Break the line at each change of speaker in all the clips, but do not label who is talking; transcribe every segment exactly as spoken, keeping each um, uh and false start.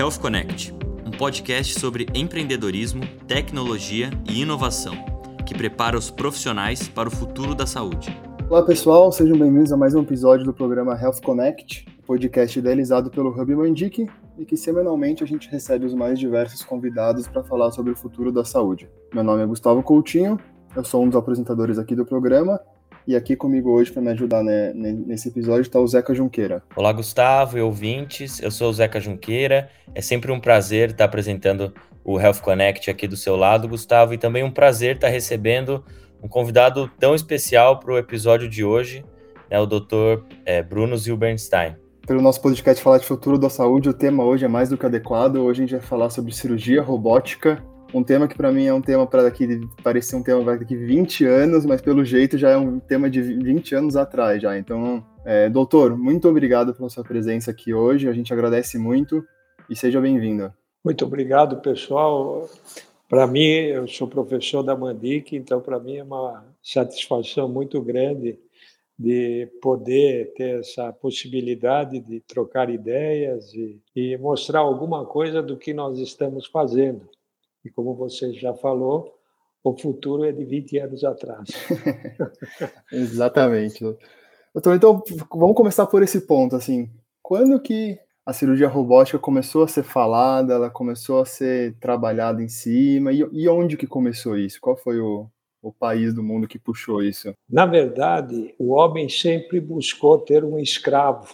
Health Connect, um podcast sobre empreendedorismo, tecnologia e inovação, que prepara os profissionais para o futuro da saúde.
Olá pessoal, sejam bem-vindos a mais um episódio do programa Health Connect, podcast idealizado pelo Hub Mandic e que semanalmente a gente recebe os mais diversos convidados para falar sobre o futuro da saúde. Meu nome é Gustavo Coutinho, eu sou um dos apresentadores aqui do programa e aqui comigo hoje para me ajudar né, nesse episódio está o Zeca Junqueira.
Olá Gustavo e ouvintes, eu sou o Zeca Junqueira, é sempre um prazer estar apresentando o Health Connect aqui do seu lado, Gustavo, e também um prazer estar recebendo um convidado tão especial para o episódio de hoje, né, o doutor é, Bruno Zilberstein.
Pelo nosso podcast falar de futuro da saúde, o tema hoje é mais do que adequado. Hoje a gente vai falar sobre cirurgia robótica, um tema que para mim é um tema para daqui, parecer um tema para daqui vinte anos, mas pelo jeito já é um tema de vinte anos atrás já. Então, é, doutor, muito obrigado pela sua presença aqui hoje, a gente agradece muito e seja bem-vindo.
Muito obrigado, pessoal. Para mim, eu sou professor da Mandic, então para mim é uma satisfação muito grande de poder ter essa possibilidade de trocar ideias e, e mostrar alguma coisa do que nós estamos fazendo. E como você já falou, o futuro é de vinte anos atrás.
Exatamente. Doutor, então vamos começar por esse ponto, assim, quando que a cirurgia robótica começou a ser falada, ela começou a ser trabalhada em cima, e, e onde que começou isso? Qual foi o, o país do mundo que puxou isso?
Na verdade, o homem sempre buscou ter um escravo.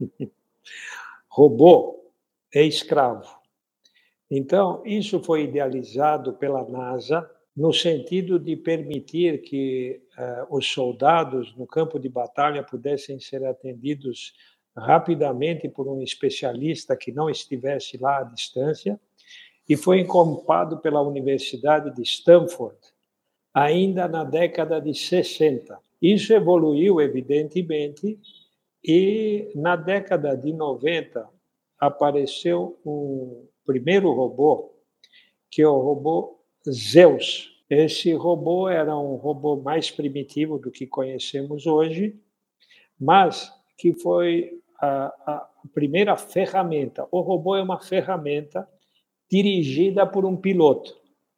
Robô é escravo. Então, isso foi idealizado pela NASA no sentido de permitir que uh, os soldados no campo de batalha pudessem ser atendidos rapidamente por um especialista que não estivesse lá à distância, e foi encomendado pela Universidade de Stanford ainda na década de sessenta. Isso evoluiu, evidentemente, e na década de noventa apareceu um primeiro robô, que é o robô Zeus. Esse robô era um robô mais primitivo do que conhecemos hoje, mas que foi a, a primeira ferramenta. O robô é uma ferramenta dirigida por um piloto.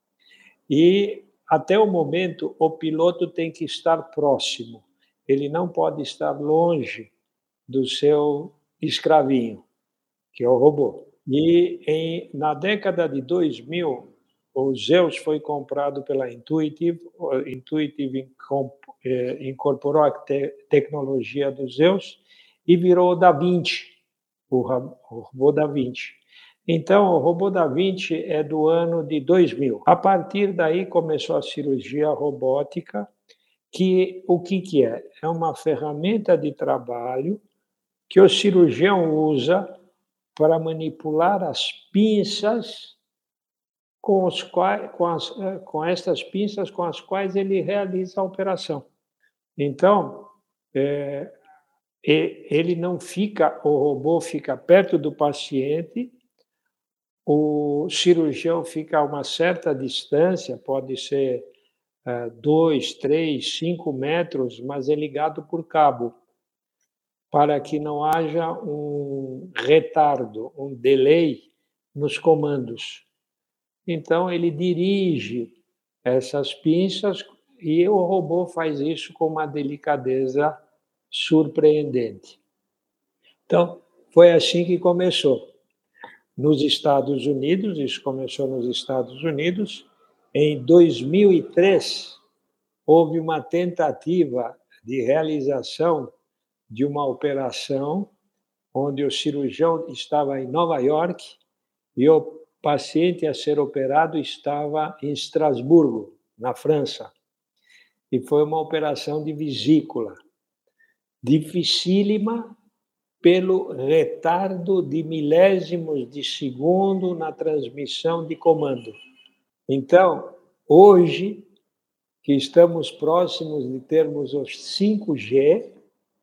E, até o momento, o piloto tem que estar próximo. Ele não pode estar longe do seu escravinho, que é o robô. E em, na década de dois mil, o Zeus foi comprado pela Intuitive, a Intuitive incorporou a te- tecnologia do Zeus e virou o Da Vinci, o, o robô Da Vinci. Então, o robô Da Vinci é do ano de dois mil. A partir daí começou a cirurgia robótica, que o que, que é? É uma ferramenta de trabalho que o cirurgião usa para manipular as pinças com, os quais, com, as, com estas pinças com as quais ele realiza a operação. Então, é, ele não fica, o robô fica perto do paciente, o cirurgião fica a uma certa distância, pode ser é, dois, três, cinco metros, mas é ligado por cabo, para que não haja um retardo, um delay nos comandos. Então, ele dirige essas pinças e o robô faz isso com uma delicadeza surpreendente. Então, foi assim que começou. Nos Estados Unidos, isso começou nos Estados Unidos, em dois mil e três, houve uma tentativa de realização de uma operação onde o cirurgião estava em Nova York e o paciente a ser operado estava em Estrasburgo, na França. E foi uma operação de vesícula, dificílima pelo retardo de milésimos de segundo na transmissão de comando. Então, hoje, que estamos próximos de termos os cinco G,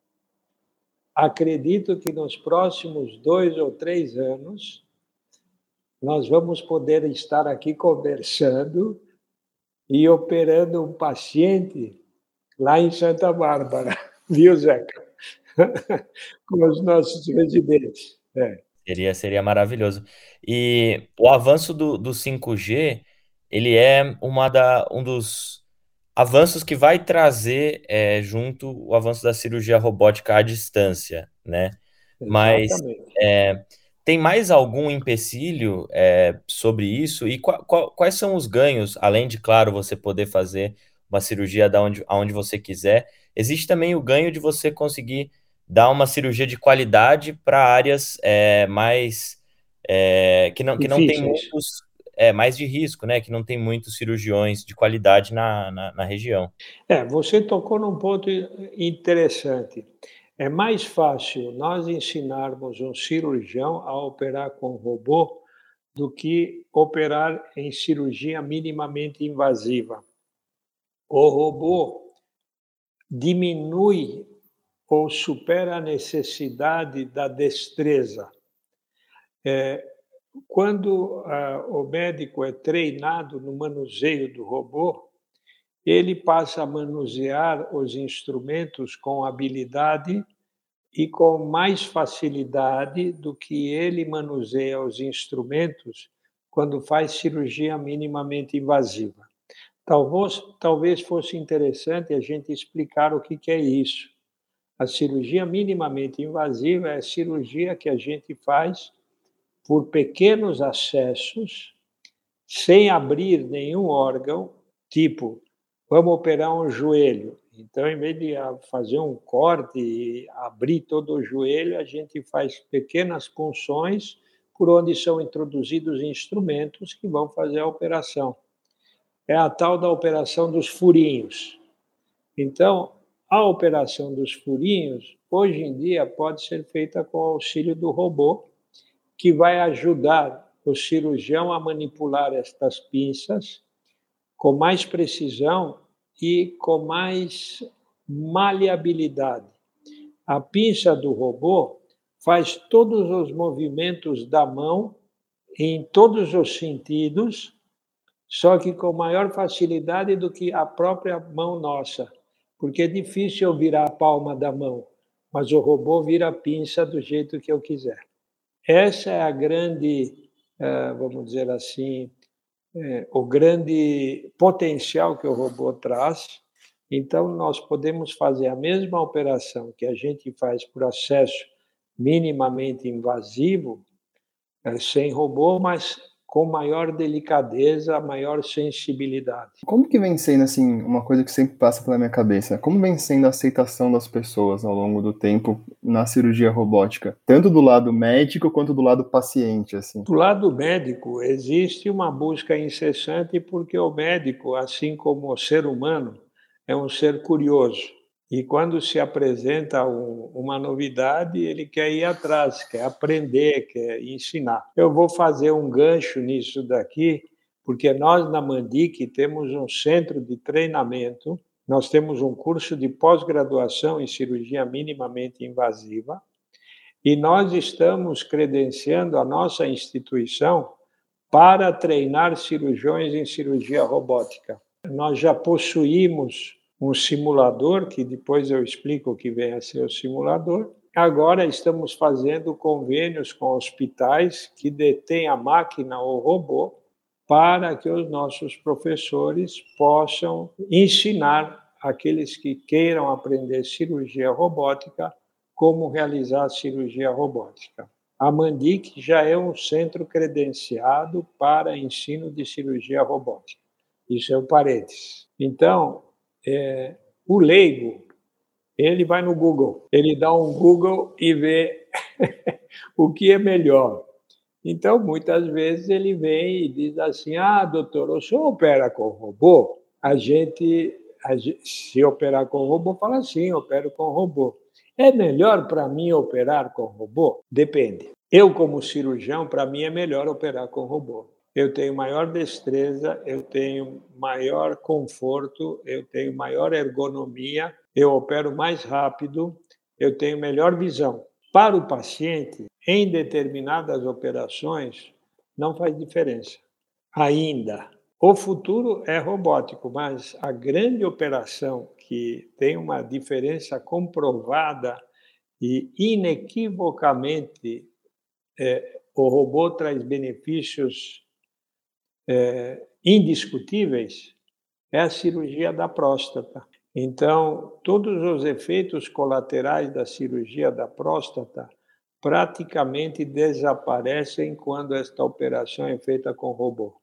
acredito que nos próximos dois ou três anos nós vamos poder estar aqui conversando e operando um paciente lá em Santa Bárbara, viu, Zeca? Com os nossos residentes. É.
Seria, seria maravilhoso. E o avanço do, do cinco G, ele é uma da, um dos avanços que vai trazer é, junto o avanço da cirurgia robótica à distância, né? Mas
Exatamente.
é, tem mais algum empecilho é, sobre isso? E qua- qua- quais são os ganhos, além de, claro, você poder fazer uma cirurgia da onde, aonde você quiser, existe também o ganho de você conseguir dar uma cirurgia de qualidade para áreas é, mais é, que não, que não tem
Difíceis.
muitos é, mais de risco, né? Que não tem muitos cirurgiões de qualidade na, na, na região.
É, você tocou num ponto interessante. É mais fácil nós ensinarmos um cirurgião a operar com robô do que operar em cirurgia minimamente invasiva. O robô diminui ou supera a necessidade da destreza. Quando ah, o médico é treinado no manuseio do robô, ele passa a manusear os instrumentos com habilidade e com mais facilidade do que ele manuseia os instrumentos quando faz cirurgia minimamente invasiva. Talvez, talvez fosse interessante a gente explicar o que, que é isso. A cirurgia minimamente invasiva é a cirurgia que a gente faz por pequenos acessos, sem abrir nenhum órgão, tipo, vamos operar um joelho. Então, em vez de fazer um corte e abrir todo o joelho, a gente faz pequenas punções por onde são introduzidos instrumentos que vão fazer a operação. É a tal da operação dos furinhos. Então, a operação dos furinhos, hoje em dia, pode ser feita com o auxílio do robô, que vai ajudar o cirurgião a manipular estas pinças com mais precisão e com mais maleabilidade. A pinça do robô faz todos os movimentos da mão em todos os sentidos, só que com maior facilidade do que a própria mão nossa, porque é difícil eu virar a palma da mão, mas o robô vira a pinça do jeito que eu quiser. Essa é a grande, vamos dizer assim, o grande potencial que o robô traz. Então, nós podemos fazer a mesma operação que a gente faz por acesso minimamente invasivo, sem robô, mas com maior delicadeza, maior sensibilidade.
Como que vem sendo, assim, uma coisa que sempre passa pela minha cabeça, como vem sendo a aceitação das pessoas ao longo do tempo na cirurgia robótica, tanto do lado médico quanto do lado paciente, assim?
Do lado médico, existe uma busca incessante, porque o médico, assim como o ser humano, é um ser curioso. E quando se apresenta um, uma novidade, ele quer ir atrás, quer aprender, quer ensinar. Eu vou fazer um gancho nisso daqui, porque nós na Mandic temos um centro de treinamento, nós temos um curso de pós-graduação em cirurgia minimamente invasiva, e nós estamos credenciando a nossa instituição para treinar cirurgiões em cirurgia robótica. Nós já possuímos um simulador, que depois eu explico o que vem a ser o simulador. Agora estamos fazendo convênios com hospitais que detêm a máquina ou robô para que os nossos professores possam ensinar aqueles que queiram aprender cirurgia robótica como realizar a cirurgia robótica. A Mandic já é um centro credenciado para ensino de cirurgia robótica. Isso é um parênteses. Então, é, o leigo, ele vai no Google, ele dá um Google e vê o que é melhor. Então, muitas vezes ele vem e diz assim, ah, doutor, o senhor opera com robô? A gente, a gente se operar com robô, fala assim, opero com robô. É melhor para mim operar com robô? Depende. Eu, como cirurgião, para mim é melhor operar com robô. Eu tenho maior destreza, eu tenho maior conforto, eu tenho maior ergonomia, eu opero mais rápido, eu tenho melhor visão. Para o paciente, em determinadas operações, não faz diferença. Ainda. O futuro é robótico, mas a grande operação que tem uma diferença comprovada e inequivocamente é, o robô traz benefícios é, indiscutíveis, é a cirurgia da próstata. Então, todos os efeitos colaterais da cirurgia da próstata praticamente desaparecem quando esta operação é feita com robô.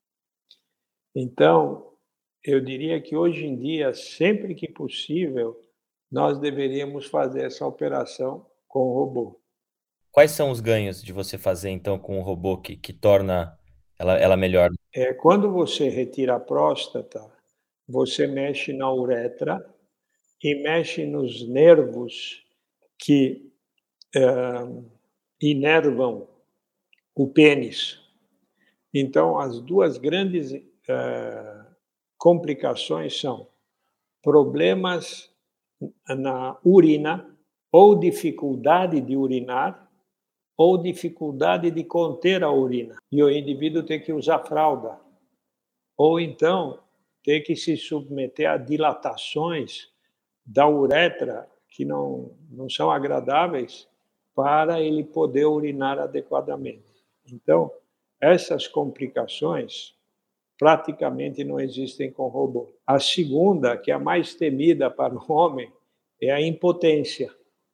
Então, eu diria que hoje em dia, sempre que possível, nós deveríamos fazer essa operação com robô.
Quais são os ganhos de você fazer, então, com o robô que, que torna ela, ela melhor?
É, quando você retira a próstata, você mexe na uretra e mexe nos nervos que uh, inervam o pênis. Então, as duas grandes uh, complicações são problemas na urina, ou dificuldade de urinar, ou dificuldade de conter a urina. E o indivíduo tem que usar fralda. Ou então, ter que se submeter a dilatações da uretra que não, não são agradáveis para ele poder urinar adequadamente. Então, essas complicações praticamente não existem com robô. A segunda, que é a mais temida para o homem, é a impotência.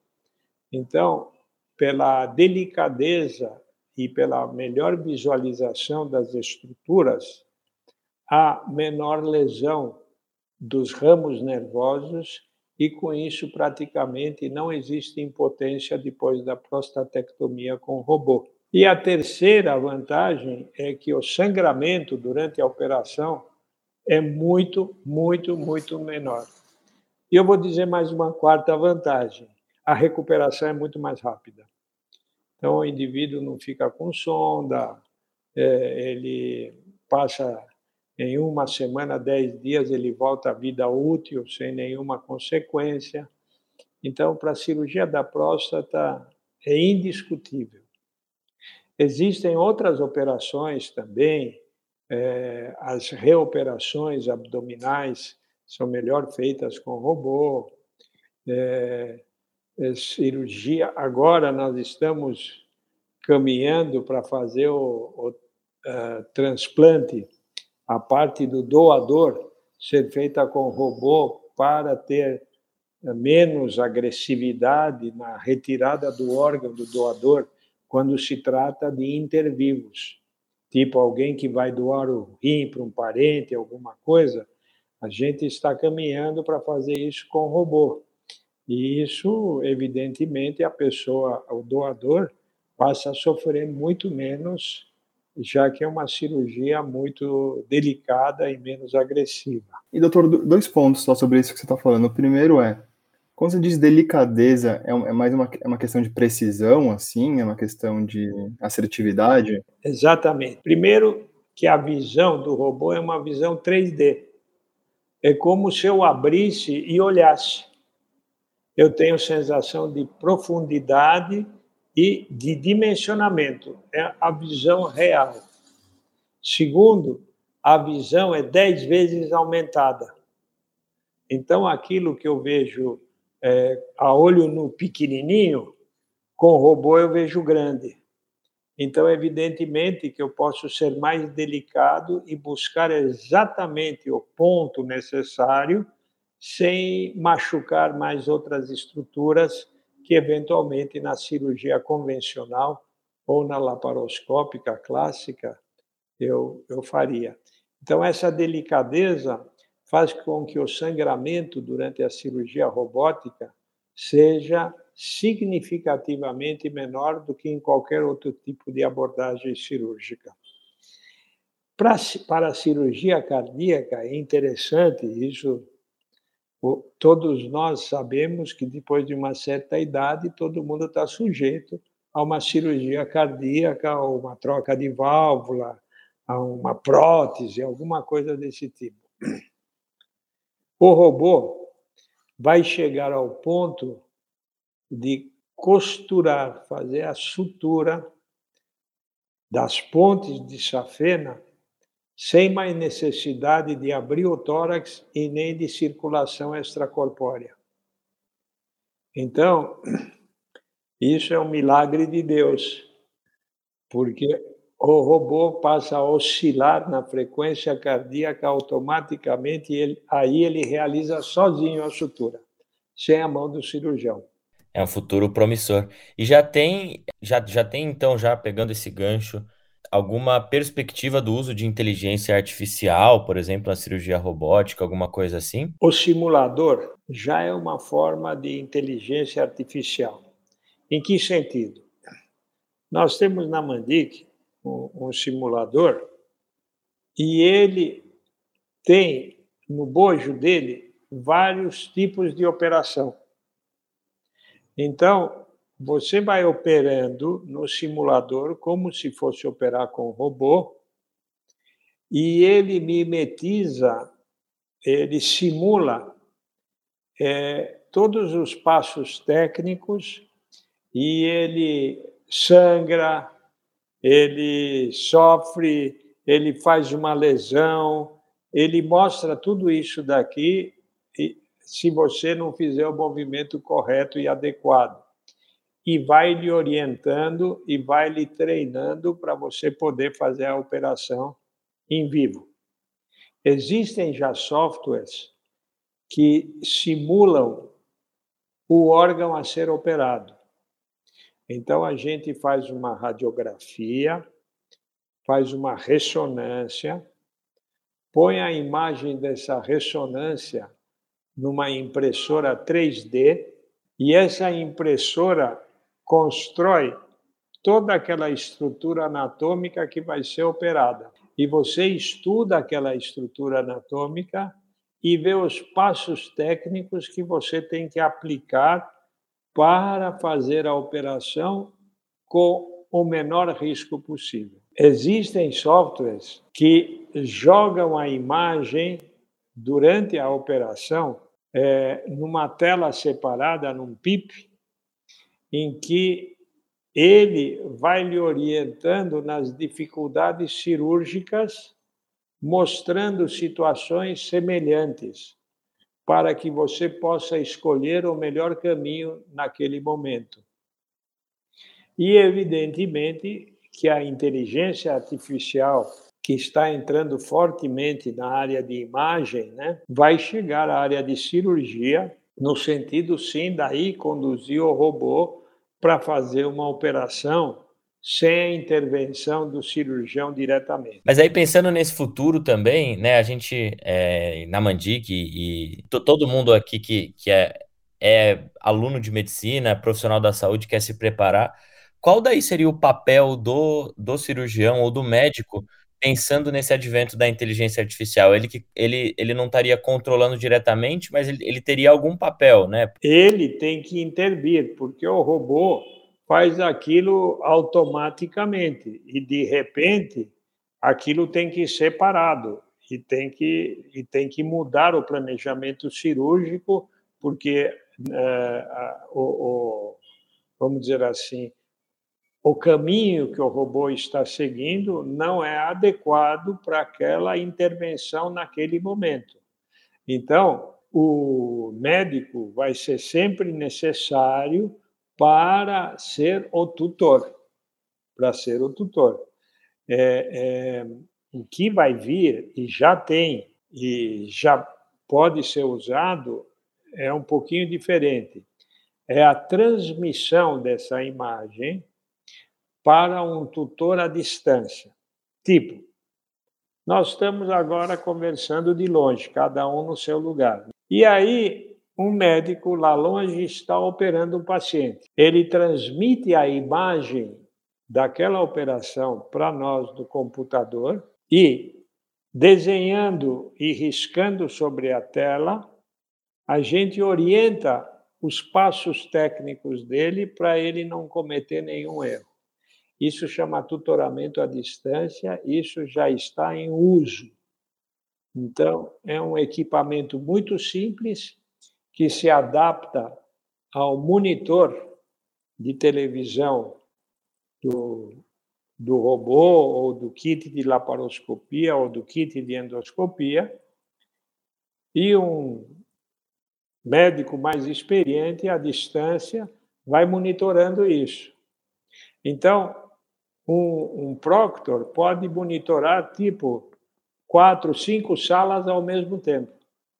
Então, pela delicadeza e pela melhor visualização das estruturas, há menor lesão dos ramos nervosos e, com isso, praticamente não existe impotência depois da prostatectomia com robô. E a terceira vantagem é que o sangramento durante a operação é muito, muito, muito menor. E eu vou dizer mais uma quarta vantagem: a recuperação é muito mais rápida. Então, o indivíduo não fica com sonda, é, ele passa em uma semana, dez dias, ele volta à vida útil, sem nenhuma consequência. Então, para a cirurgia da próstata, é indiscutível. Existem outras operações também, é, as reoperações abdominais são melhor feitas com robô, é, é, cirurgia. Agora nós estamos caminhando para fazer o, o uh, transplante, a parte do doador ser feita com robô para ter menos agressividade na retirada do órgão do doador quando se trata de intervivos, tipo alguém que vai doar o rim para um parente, alguma coisa. A gente está caminhando para fazer isso com robô. E isso, evidentemente, a pessoa, o doador, passa a sofrer muito menos, já que é uma cirurgia muito delicada e menos agressiva.
E, doutor, dois pontos só sobre isso que você está falando. O primeiro é, quando você diz delicadeza, é, é mais uma, é uma questão de precisão, assim? É uma questão de assertividade?
Exatamente. Primeiro, que a visão do robô é uma visão três D. É como se eu abrisse e olhasse. Eu tenho sensação de profundidade e de dimensionamento. É a visão real. Segundo, a visão é dez vezes aumentada. Então, aquilo que eu vejo é, a olho nu pequenininho, com robô eu vejo grande. Então, evidentemente que eu posso ser mais delicado e buscar exatamente o ponto necessário sem machucar mais outras estruturas que, eventualmente, na cirurgia convencional ou na laparoscópica clássica, eu, eu faria. Então, essa delicadeza faz com que o sangramento durante a cirurgia robótica seja significativamente menor do que em qualquer outro tipo de abordagem cirúrgica. Para, para a cirurgia cardíaca, é interessante isso. Todos nós sabemos que depois de uma certa idade, todo mundo está sujeito a uma cirurgia cardíaca, ou uma troca de válvula, a uma prótese, alguma coisa desse tipo. O robô vai chegar ao ponto de costurar, fazer a sutura das pontes de safena sem mais necessidade de abrir o tórax e nem de circulação extracorpórea. Então, isso é um milagre de Deus, porque o robô passa a oscilar na frequência cardíaca automaticamente, e ele, aí ele realiza sozinho a sutura, sem a mão do cirurgião.
É um futuro promissor. E já tem, já, já tem então, já pegando esse gancho, alguma perspectiva do uso de inteligência artificial, por exemplo, na cirurgia robótica, alguma coisa assim?
O simulador já é uma forma de inteligência artificial. Em que sentido? Nós temos na Mandic um, um simulador e ele tem no bojo dele vários tipos de operação. Então, você vai operando no simulador como se fosse operar com um robô, e ele mimetiza, ele simula é, todos os passos técnicos, e ele sangra, ele sofre, ele faz uma lesão, ele mostra tudo isso daqui, e se você não fizer o movimento correto e adequado. E vai lhe orientando e vai lhe treinando para você poder fazer a operação em vivo. Existem já softwares que simulam o órgão a ser operado. Então, a gente faz uma radiografia, faz uma ressonância, põe a imagem dessa ressonância numa impressora três D, e essa impressora constrói toda aquela estrutura anatômica que vai ser operada. E você estuda aquela estrutura anatômica e vê os passos técnicos que você tem que aplicar para fazer a operação com o menor risco possível. Existem softwares que jogam a imagem durante a operação é, numa tela separada, num P I P, em que ele vai lhe orientando nas dificuldades cirúrgicas, mostrando situações semelhantes, para que você possa escolher o melhor caminho naquele momento. E, evidentemente, que a inteligência artificial, que está entrando fortemente na área de imagem, né, vai chegar à área de cirurgia, no sentido, sim, daí conduzir o robô para fazer uma operação sem a intervenção do cirurgião diretamente.
Mas aí pensando nesse futuro também, né, a gente é, na Mandic e, e todo mundo aqui que, que é, é aluno de medicina, profissional da saúde, quer se preparar, qual daí seria o papel do, do cirurgião ou do médico pensando nesse advento da inteligência artificial? Ele, que, ele, ele não estaria controlando diretamente, mas ele, ele teria algum papel, né?
Ele tem que intervir, porque o robô faz aquilo automaticamente e, de repente, aquilo tem que ser parado e tem que, e tem que mudar o planejamento cirúrgico, porque, é, o, o, vamos dizer assim, o caminho que o robô está seguindo não é adequado para aquela intervenção naquele momento. Então, o médico vai ser sempre necessário para ser o tutor, para ser o tutor. É, é, o que vai vir, e já tem, e já pode ser usado, é um pouquinho diferente. É a transmissão dessa imagem para um tutor à distância. Tipo, nós estamos agora conversando de longe, cada um no seu lugar. E aí, um médico lá longe está operando um paciente. Ele transmite a imagem daquela operação para nós do computador e, desenhando e riscando sobre a tela, a gente orienta os passos técnicos dele para ele não cometer nenhum erro. Isso chama tutoramento à distância, isso já está em uso. Então, é um equipamento muito simples que se adapta ao monitor de televisão do, do robô ou do kit de laparoscopia ou do kit de endoscopia, e um médico mais experiente à distância vai monitorando isso. Então, Um, um proctor pode monitorar, tipo, quatro, cinco salas ao mesmo tempo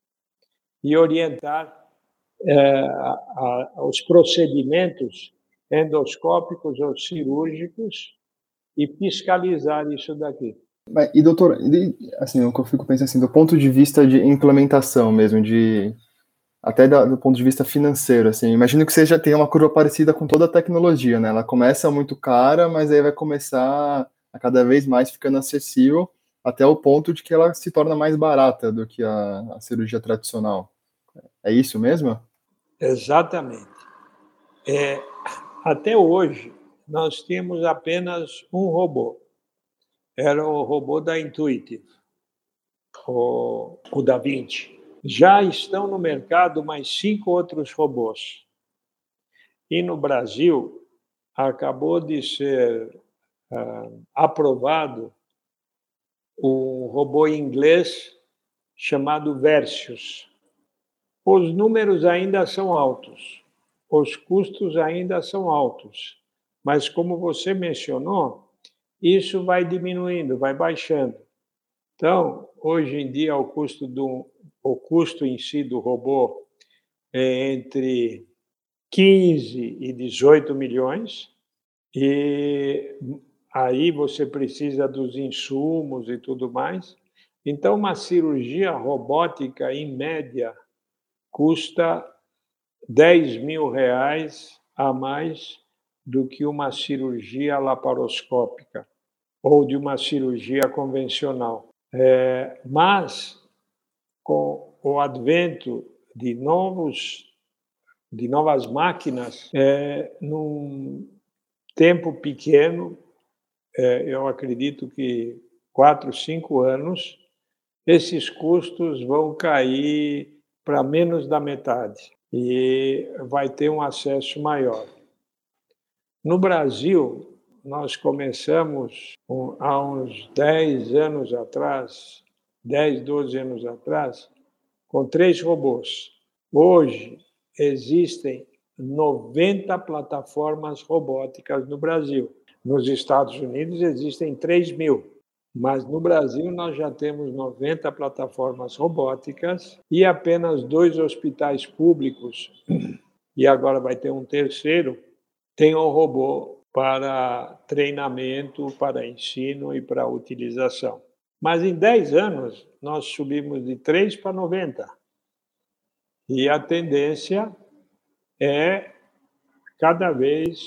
e orientar é, a, a, os procedimentos endoscópicos ou cirúrgicos e fiscalizar isso daqui.
Mas, e doutor, e, assim, o que eu fico pensando assim, do ponto de vista de implementação mesmo, de até da, do ponto de vista financeiro, assim, imagino que você já tenha uma curva parecida com toda a tecnologia, né? Ela começa muito cara, mas aí vai começar a cada vez mais ficando acessível, até o ponto de que ela se torna mais barata do que a, a cirurgia tradicional. É isso mesmo?
Exatamente. É, até hoje, nós tínhamos apenas um robô. Era o robô da Intuitive, o, o Da Vinci. Já estão no mercado mais cinco outros robôs. E no Brasil, acabou de ser uh, aprovado um robô inglês chamado Versius. Os números ainda são altos, os custos ainda são altos, mas como você mencionou, isso vai diminuindo, vai baixando. Então, hoje em dia, o custo, do, o custo em si do robô é entre quinze e dezoito milhões, e aí você precisa dos insumos e tudo mais. Então, uma cirurgia robótica, em média, custa dez mil reais a mais do que uma cirurgia laparoscópica ou de uma cirurgia convencional. É, mas, com o advento de novos de novas máquinas, é, num tempo pequeno, é, eu acredito que quatro, cinco anos, esses custos vão cair para menos da metade e vai ter um acesso maior. No Brasil, nós começamos há uns dez anos atrás, dez, doze anos atrás, com três robôs. Hoje, existem noventa plataformas robóticas no Brasil. Nos Estados Unidos, existem três mil. Mas no Brasil, nós já temos noventa plataformas robóticas e apenas dois hospitais públicos, e agora vai ter um terceiro, tem um robô para treinamento, para ensino e para utilização. Mas em dez anos, nós subimos de três para noventa. E a tendência é cada vez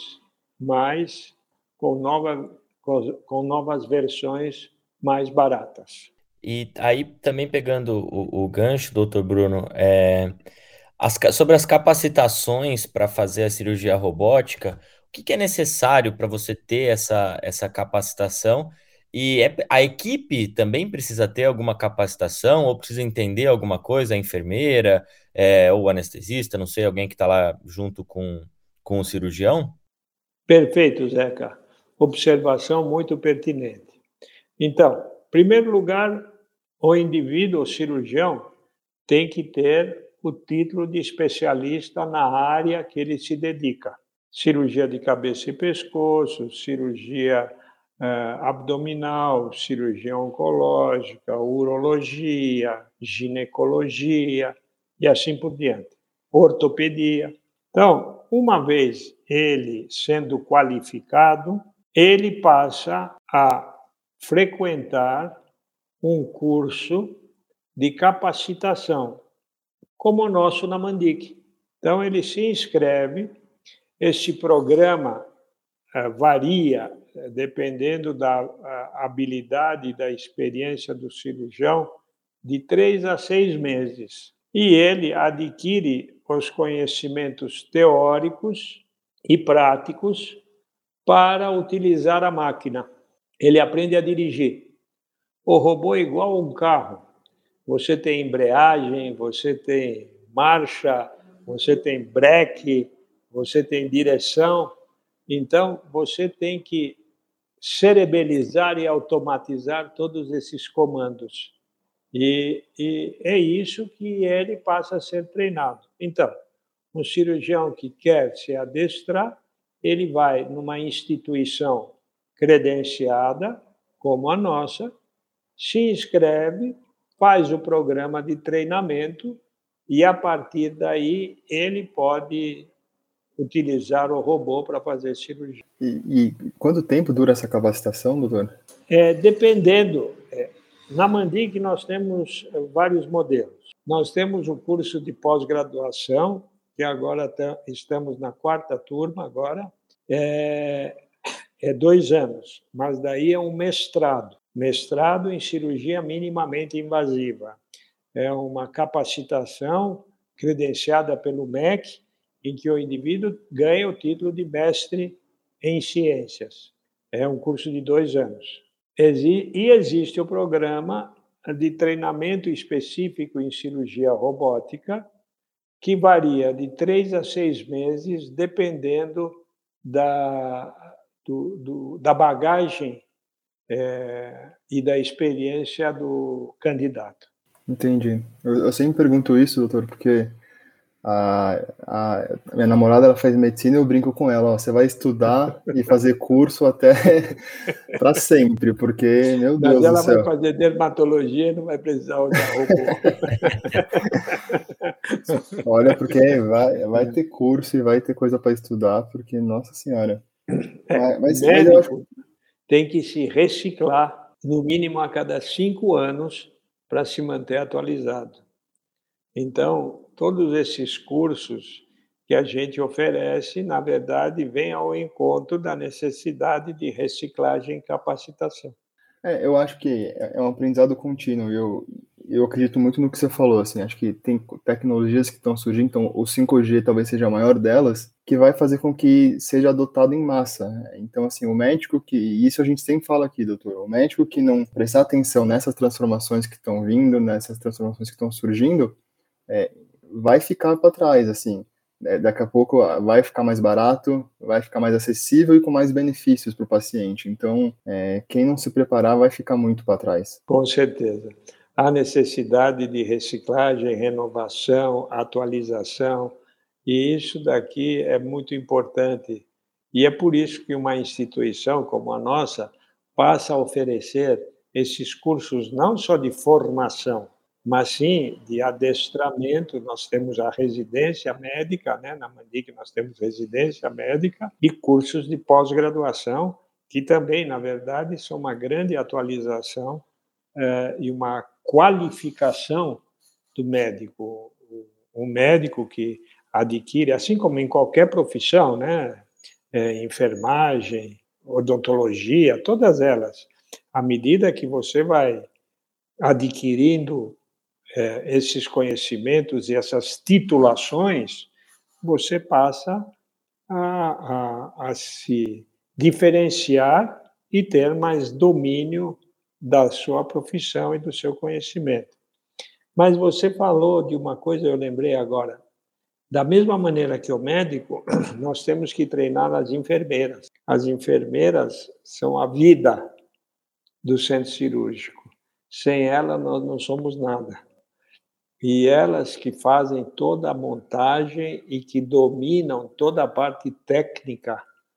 mais com, nova, com novas versões mais baratas.
E aí, também pegando o, o gancho, doutor Bruno, é, as, sobre as capacitações para fazer a cirurgia robótica, o que, que é necessário para você ter essa, essa capacitação? E é, a equipe também precisa ter alguma capacitação ou precisa entender alguma coisa, a enfermeira, é, ou o anestesista, não sei, alguém que está lá junto com, com o cirurgião?
Perfeito, Zeca. Observação muito pertinente. Então, em primeiro lugar, o indivíduo, o cirurgião, tem que ter o título de especialista na área que ele se dedica. Cirurgia de cabeça e pescoço, cirurgia eh, abdominal, cirurgia oncológica, urologia, ginecologia e assim por diante. Ortopedia. Então, uma vez ele sendo qualificado, ele passa a frequentar um curso de capacitação, como o nosso na Mandic. Então, ele se inscreve, esse programa eh, varia eh, dependendo da habilidade e da experiência do cirurgião, de três a seis meses. E ele adquire os conhecimentos teóricos e práticos para utilizar a máquina. Ele aprende a dirigir. O robô é igual a um carro. Você tem embreagem, você tem marcha, você tem breque, você tem direção. Então, você tem que cerebelizar e automatizar todos esses comandos. E, e é isso que ele passa a ser treinado. Então, um cirurgião que quer se adestrar, ele vai numa instituição credenciada, como a nossa, se inscreve, faz o programa de treinamento e, a partir daí, ele pode utilizar o robô para fazer cirurgia.
E, e quanto tempo dura essa capacitação, doutor?
É, dependendo. É, na Mandic nós temos vários modelos. Nós temos o curso de pós-graduação, que agora tá, estamos na quarta turma agora, é, é dois anos, mas daí é um mestrado. Mestrado em cirurgia minimamente invasiva. É uma capacitação credenciada pelo M E C, em que o indivíduo ganha o título de mestre em ciências. É um curso de dois anos. E existe o programa de treinamento específico em cirurgia robótica, que varia de três a seis meses, dependendo da, do, do, da bagagem é, e da experiência do candidato.
Entendi. Eu, eu sempre pergunto isso, doutor, porque a, a minha namorada ela faz medicina e eu brinco com ela, ó, você vai estudar e fazer curso até para sempre, porque, meu Deus
Mas ela
do céu.
vai fazer dermatologia e não vai precisar usar robô.
Olha, porque vai, vai ter curso e vai ter coisa para estudar, porque, nossa senhora.
É,
mas, mas,
o médico
mas eu acho...
tem que se reciclar, no mínimo a cada cinco anos, para se manter atualizado. Então, todos esses cursos que a gente oferece, na verdade, vêm ao encontro da necessidade de reciclagem e capacitação.
É, eu acho que é um aprendizado contínuo. Eu, eu acredito muito no que você falou. Assim, acho que tem tecnologias que estão surgindo, então o cinco G talvez seja a maior delas, que vai fazer com que seja adotado em massa. Então, assim, o médico que... E isso a gente sempre fala aqui, doutor. O médico que não prestar atenção nessas transformações que estão vindo, nessas transformações que estão surgindo, é, vai ficar para trás, assim. É, daqui a pouco vai ficar mais barato, vai ficar mais acessível e com mais benefícios para o paciente. Então, é, quem não se preparar vai ficar muito para trás.
Com certeza. Há necessidade de reciclagem, renovação, atualização, e isso daqui é muito importante. E é por isso que uma instituição como a nossa passa a oferecer esses cursos não só de formação, mas sim de adestramento. Nós temos a residência médica, né? Na Mandic nós temos residência médica e cursos de pós-graduação, que também, na verdade, são uma grande atualização eh, e uma qualificação do médico. Um médico que adquire, assim como em qualquer profissão, né? É, enfermagem, odontologia, todas elas, à medida que você vai adquirindo é, esses conhecimentos e essas titulações, você passa a, a, a se diferenciar e ter mais domínio da sua profissão e do seu conhecimento. Mas você falou de uma coisa, eu lembrei agora. Da mesma maneira que o médico, nós temos que treinar as enfermeiras. As enfermeiras são a vida do centro cirúrgico. Sem elas, nós não somos nada. E elas que fazem toda a montagem e que dominam toda a parte técnica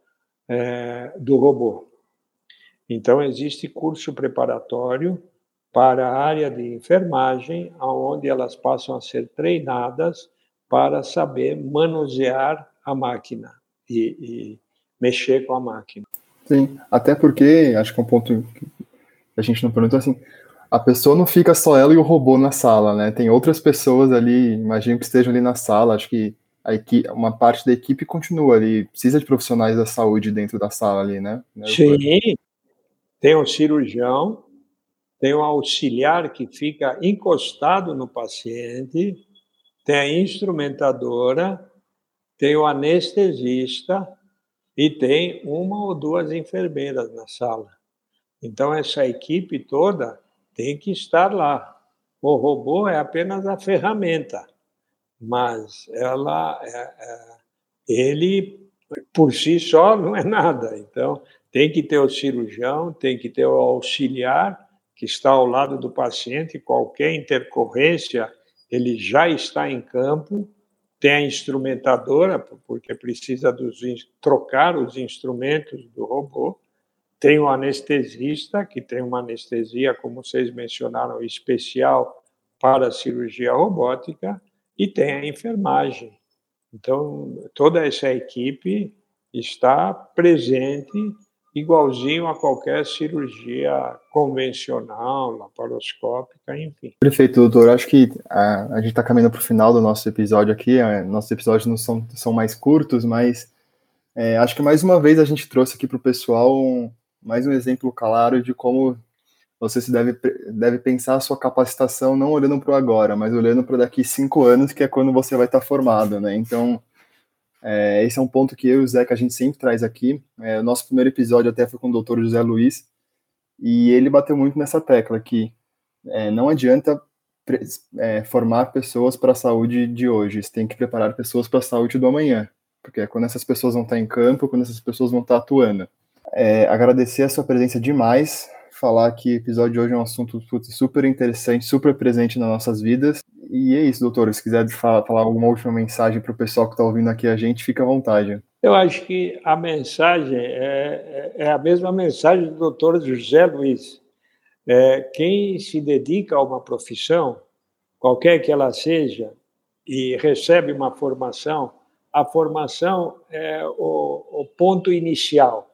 é, do robô. Então, existe curso preparatório para a área de enfermagem, onde elas passam a ser treinadas para saber manusear a máquina e, e mexer com a máquina.
Sim, até porque, acho que é um ponto que a gente não perguntou, assim, a pessoa não fica só ela e o robô na sala, né? Tem outras pessoas ali, imagino que estejam ali na sala, acho que a equipe, uma parte da equipe continua ali, precisa de profissionais da saúde dentro da sala ali, né?
Sim, tem um cirurgião, tem um auxiliar que fica encostado no paciente, tem a instrumentadora, tem o anestesista e tem uma ou duas enfermeiras na sala. Então, essa equipe toda tem que estar lá. O robô é apenas a ferramenta, mas ela, é, é, ele, por si só, não é nada. Então, tem que ter o cirurgião, tem que ter o auxiliar que está ao lado do paciente, qualquer intercorrência, ele já está em campo, tem a instrumentadora, porque precisa dos, trocar os instrumentos do robô, tem o anestesista, que tem uma anestesia, como vocês mencionaram, especial para a cirurgia robótica, e tem a enfermagem. Então, toda essa equipe está presente igualzinho a qualquer cirurgia convencional, laparoscópica, enfim.
Perfeito, doutor. Acho que a, a gente está caminhando para o final do nosso episódio aqui. A, nossos episódios não são, são mais curtos, mas é, acho que mais uma vez a gente trouxe aqui para o pessoal um, mais um exemplo claro de como você se deve, deve pensar a sua capacitação não olhando para o agora, mas olhando para daqui cinco anos, que é quando você vai estar formado, né? Então, é, esse é um ponto que eu e o Zeca a gente sempre traz aqui. É, o nosso primeiro episódio até foi com o doutor José Luiz, e ele bateu muito nessa tecla que é, não adianta é, formar pessoas para a saúde de hoje, você tem que preparar pessoas para a saúde do amanhã, porque é quando essas pessoas vão estar em campo, quando essas pessoas vão estar atuando. É, agradecer a sua presença demais, falar que o episódio de hoje é um assunto super interessante, super presente nas nossas vidas. E é isso, doutor. Se quiser falar, falar alguma última mensagem para o pessoal que está ouvindo aqui a gente, fica à vontade.
Eu acho que a mensagem é, é a mesma mensagem do doutor José Luiz. É, quem se dedica a uma profissão, qualquer que ela seja, e recebe uma formação, a formação é o, o ponto inicial,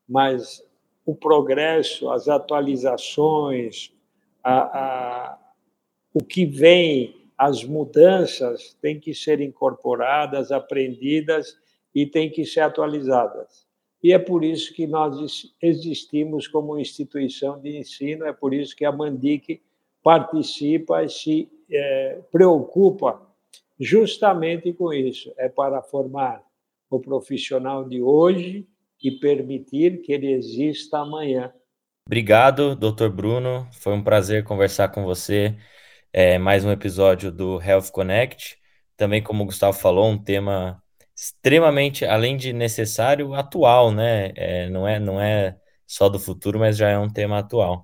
mas o progresso, as atualizações, a, a, o que vem, as mudanças têm que ser incorporadas, aprendidas e têm que ser atualizadas. E é por isso que nós existimos como instituição de ensino, é por isso que a Mandic participa e se é, preocupa justamente com isso, é para formar o profissional de hoje e permitir que ele exista amanhã.
Obrigado, doutor Bruno. Foi um prazer conversar com você. É, mais um episódio do Health Connect. Também, como o Gustavo falou, um tema extremamente, além de necessário, atual, né? É, não é, não é só do futuro, mas já é um tema atual.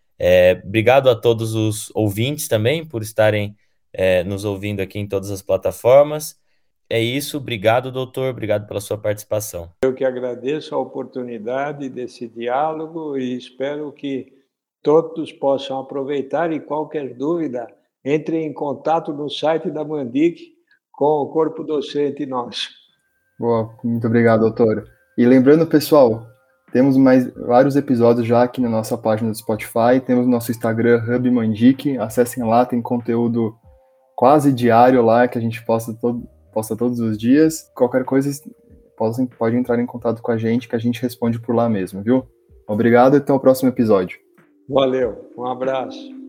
É, obrigado a todos os ouvintes também por estarem é, nos ouvindo aqui em todas as plataformas. É isso, obrigado, doutor, obrigado pela sua participação.
Eu que agradeço a oportunidade desse diálogo e espero que todos possam aproveitar e qualquer dúvida, entre em contato no site da Mandic com o corpo docente nosso.
Boa, muito obrigado, doutor. E lembrando, pessoal, temos mais vários episódios já aqui na nossa página do Spotify, temos nosso Instagram, Hub Mandic, acessem lá, tem conteúdo quase diário lá que a gente posta todo posta todos os dias. Qualquer coisa, pode, pode entrar em contato com a gente, que a gente responde por lá mesmo, viu? Obrigado e até o próximo episódio.
Valeu, um abraço.